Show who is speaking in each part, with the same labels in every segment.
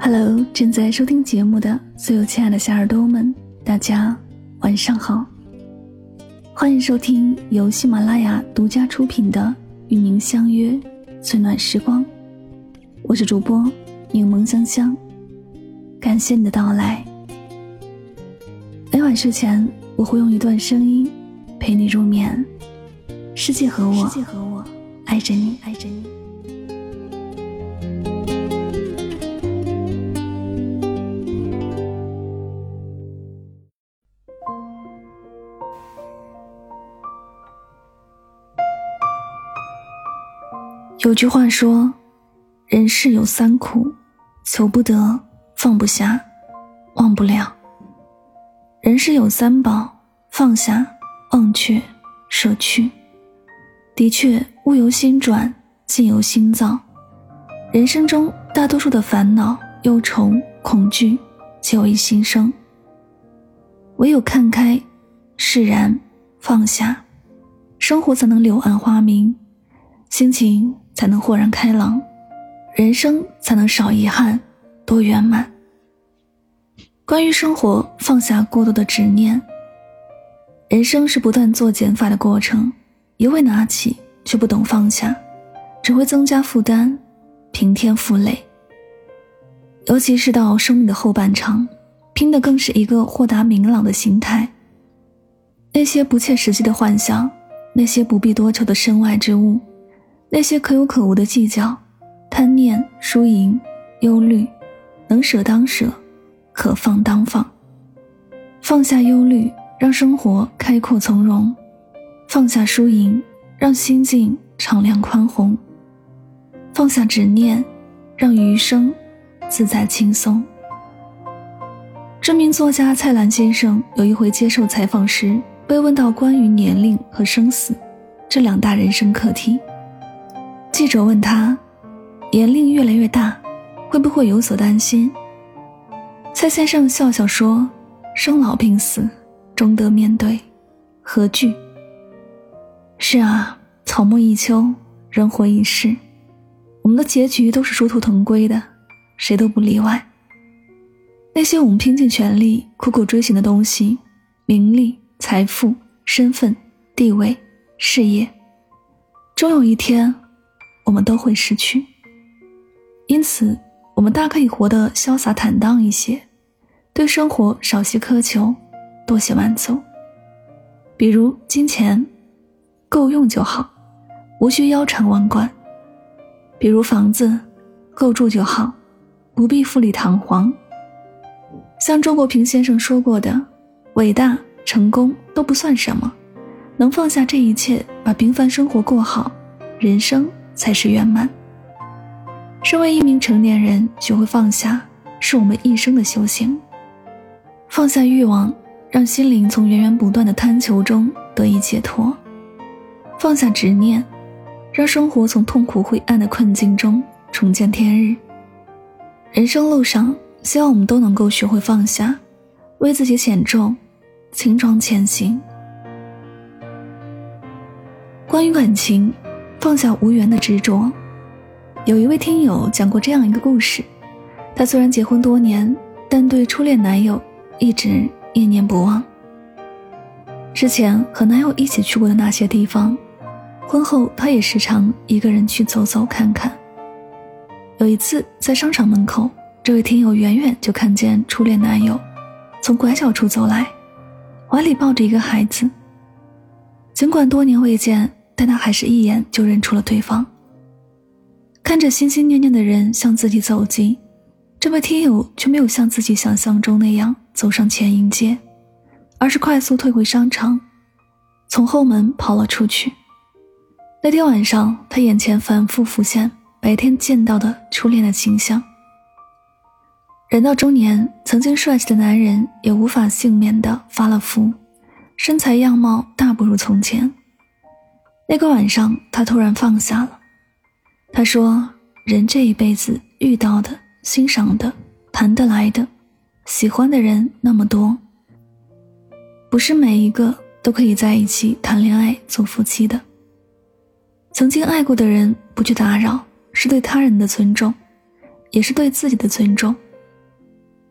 Speaker 1: Hello， 正在收听节目的所有亲爱的小耳朵们，大家晚上好，欢迎收听由喜马拉雅独家出品的与您相约最暖时光，我是主播柠檬香香，感谢你的到来。每晚睡前我会用一段声音陪你入眠，世界和我爱着你。有句话说，人世有三苦，求不得，放不下，忘不了。人世有三宝，放下，忘却，舍去。的确，物由心转，境由心造。人生中大多数的烦恼、忧愁、恐惧皆由于心生。唯有看开、释然、放下，生活才能柳暗花明，心情才能豁然开朗，人生才能少遗憾，多圆满。关于生活，放下过多的执念。人生是不断做减法的过程，一味拿起却不懂放下，只会增加负担，平添负累。尤其是到生命的后半场，拼的更是一个豁达明朗的心态。那些不切实际的幻想，那些不必多求的身外之物，那些可有可无的计较、贪念、输赢、忧虑，能舍当舍，可放当放。放下忧虑，让生活开阔从容；放下输赢，让心境敞亮宽宏；放下执念，让余生自在轻松。知名作家蔡澜先生有一回接受采访时，被问到关于年龄和生死这两大人生课题。记者问他，年龄越来越大，会不会有所担心？蔡先生笑笑说，生老病死终得面对，何惧？是啊，草木一秋，人活一世，我们的结局都是殊途同归的，谁都不例外。那些我们拼尽全力苦苦追寻的东西，名利、财富、身份、地位、事业，终有一天我们都会失去。因此我们大可以活得潇洒坦荡一些，对生活少些苛求，多些满足。比如金钱够用就好，无需腰缠万贯；比如房子够住就好，不必富丽堂皇。像周国平先生说过的，伟大成功都不算什么，能放下这一切，把平凡生活过好，人生才是圆满。身为一名成年人，学会放下是我们一生的修行。放下欲望，让心灵从源源不断的贪求中得以解脱；放下执念，让生活从痛苦灰暗的困境中重见天日。人生路上，希望我们都能够学会放下，为自己减重，轻装前行。关于感情，放下无缘的执着。有一位听友讲过这样一个故事，他虽然结婚多年，但对初恋男友一直念念不忘。之前和男友一起去过的那些地方，婚后他也时常一个人去走走看看。有一次在商场门口，这位听友远远就看见初恋男友从拐角处走来，怀里抱着一个孩子。尽管多年未见，但他还是一眼就认出了对方。看着心心念念的人向自己走近，这位听友却没有像自己想象中那样走上前迎接，而是快速退回商场，从后门跑了出去。那天晚上，他眼前反复浮现白天见到的初恋的形象。人到中年，曾经帅气的男人也无法幸免地发了福，身材样貌大不如从前。那个晚上，他突然放下了。他说，人这一辈子遇到的、欣赏的、谈得来的、喜欢的人那么多，不是每一个都可以在一起谈恋爱做夫妻的。曾经爱过的人不去打扰，是对他人的尊重，也是对自己的尊重。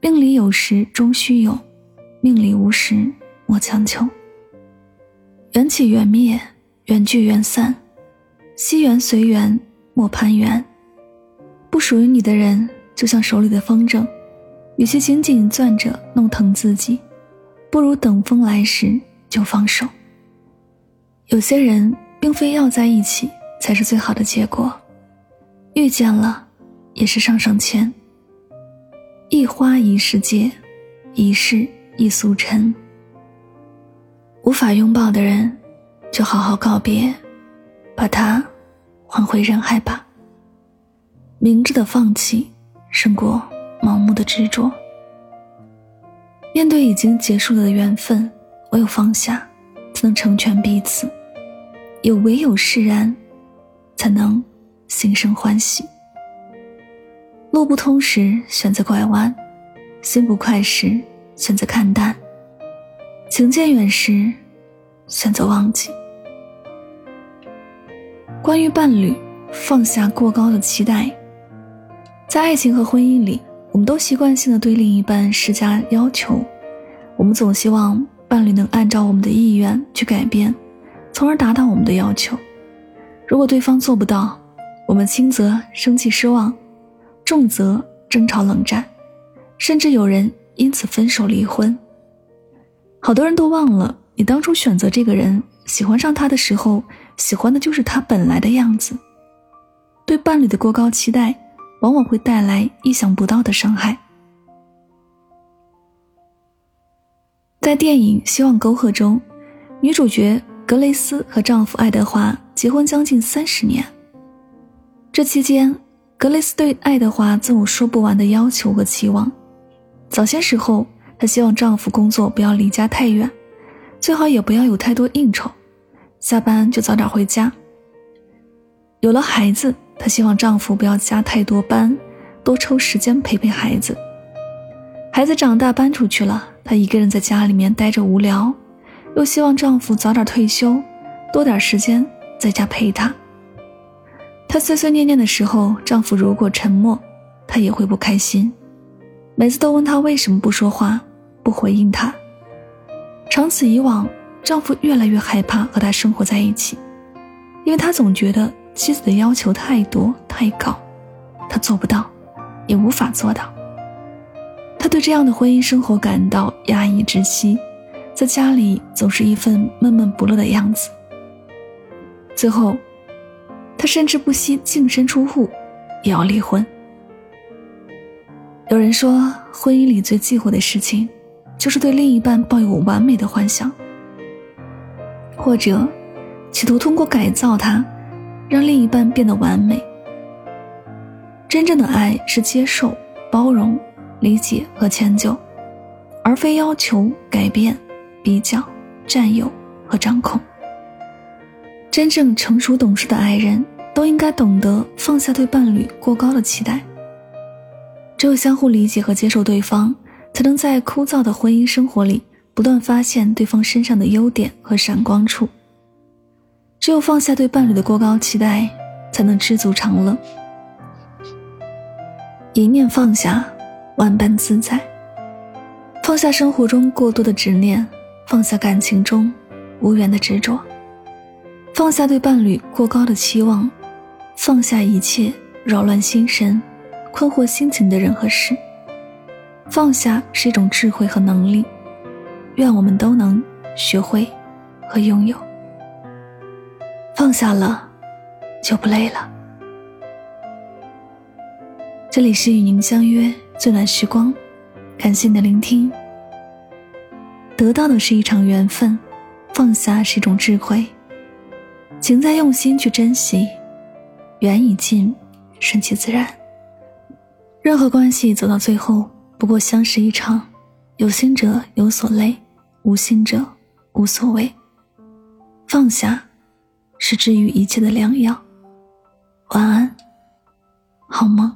Speaker 1: 命里有时终须有，命里无时莫强求。缘起缘灭，缘聚缘散，惜缘随缘，莫攀缘。不属于你的人就像手里的风筝，与其紧紧攥着弄疼自己，不如等风来时就放手。有些人并非要在一起才是最好的结果，遇见了也是上上签。一花一世界，一世一俗尘。无法拥抱的人就好好告别，把它还回人海吧。明智的放弃胜过盲目的执着。面对已经结束了的缘分，唯有放下才能成全彼此，也唯有释然才能心生欢喜。路不通时选择拐弯，心不快时选择看淡，情渐远时选择忘记。关于伴侣，放下过高的期待。在爱情和婚姻里，我们都习惯性的对另一半施加要求，我们总希望伴侣能按照我们的意愿去改变，从而达到我们的要求。如果对方做不到，我们轻则生气失望，重则争吵冷战，甚至有人因此分手离婚。好多人都忘了，你当初选择这个人，喜欢上他的时候，喜欢的就是他本来的样子。对伴侣的过高期待，往往会带来意想不到的伤害。在电影《希望沟壑》中，女主角格雷斯和丈夫爱德华结婚将近30年。这期间，格雷斯对爱德华总有说不完的要求和期望。早些时候，她希望丈夫工作不要离家太远，最好也不要有太多应酬，下班就早点回家。有了孩子，她希望丈夫不要加太多班，多抽时间陪陪孩子。孩子长大搬出去了，她一个人在家里面待着无聊，又希望丈夫早点退休，多点时间在家陪她。她碎碎念念的时候，丈夫如果沉默，她也会不开心，每次都问他为什么不说话，不回应她。长此以往，丈夫越来越害怕和她生活在一起，因为他总觉得妻子的要求太多太高，他做不到，也无法做到。他对这样的婚姻生活感到压抑窒息，在家里总是一份闷闷不乐的样子。最后，他甚至不惜净身出户，也要离婚。有人说，婚姻里最忌讳的事情，就是对另一半抱有完美的幻想，或者企图通过改造他，让另一半变得完美。真正的爱是接受、包容、理解和迁就，而非要求、改变、比较、占有和掌控。真正成熟懂事的爱人都应该懂得放下对伴侣过高的期待。只有相互理解和接受对方，才能在枯燥的婚姻生活里不断发现对方身上的优点和闪光处。只有放下对伴侣的过高期待，才能知足常乐。一念放下，万般自在。放下生活中过多的执念，放下感情中无缘的执着，放下对伴侣过高的期望，放下一切扰乱心神、困惑心情的人和事。放下是一种智慧和能力，愿我们都能学会和拥有。放下了，就不累了。这里是与您相约最暖时光，感谢你的聆听。得到的是一场缘分，放下是一种智慧，请再用心去珍惜，缘已尽，顺其自然。任何关系走到最后，不过相识一场，有心者有所累，无心者无所谓。放下是治愈一切的良药。晚安，好梦。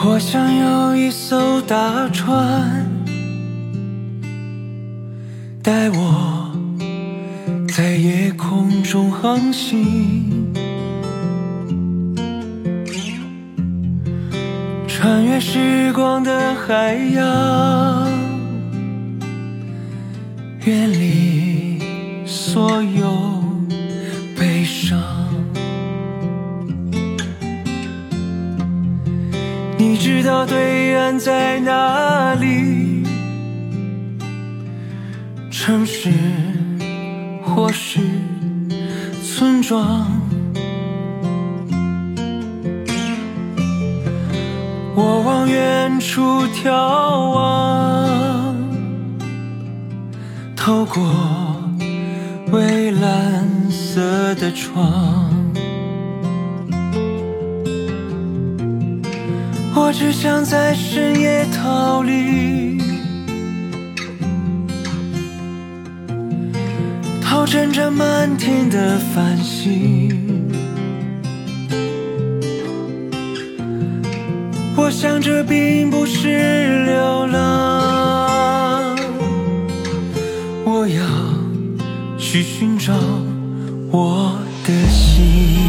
Speaker 2: 我想有一艘大船，带我在夜空中航行，穿越时光的海洋，远离所有悲伤。你知道对岸在哪里？城市或是村庄，我往远处眺望，透过蔚蓝色的窗，我只想在深夜逃离，逃趁着满天的繁星。我想这并不是流浪，我要去寻找我的心。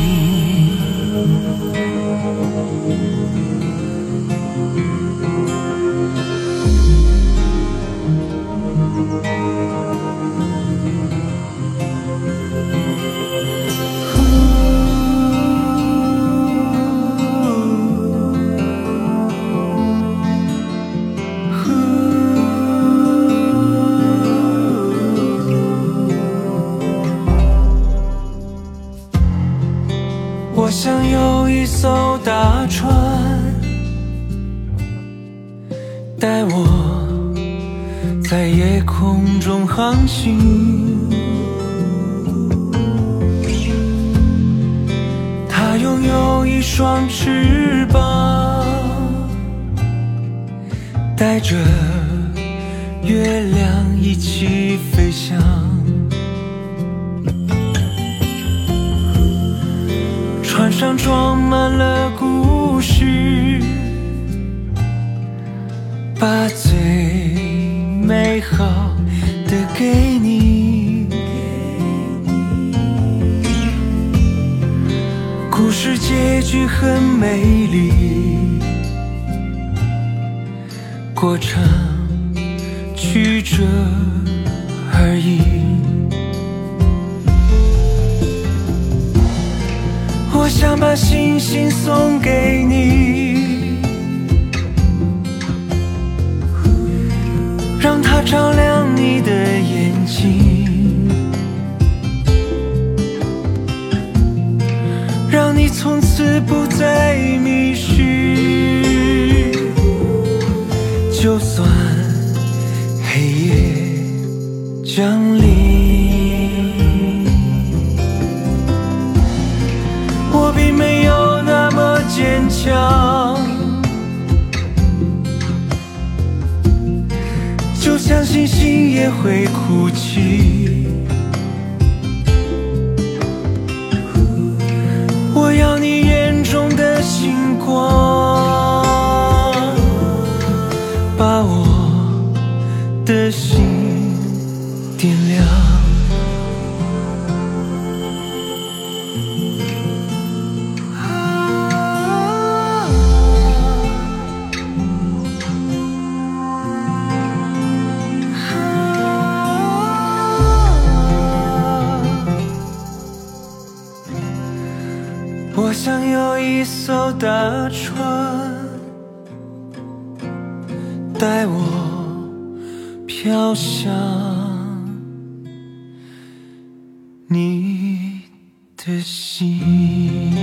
Speaker 2: 我想有一艘大船，带我在夜空中航行，它拥有一双翅膀，带着月亮一起飞翔。船上装满了故事，把最美好的给你。故事结局很美丽，过程曲折而已。我想把星星送给你，让它照亮你的眼睛，让你从此不再迷失。就算黑夜降临，我并没有那么坚强，就像星星也会哭泣。我要你眼中的星光，把我的心点亮。我想有一艘大船，带我飘向你的心。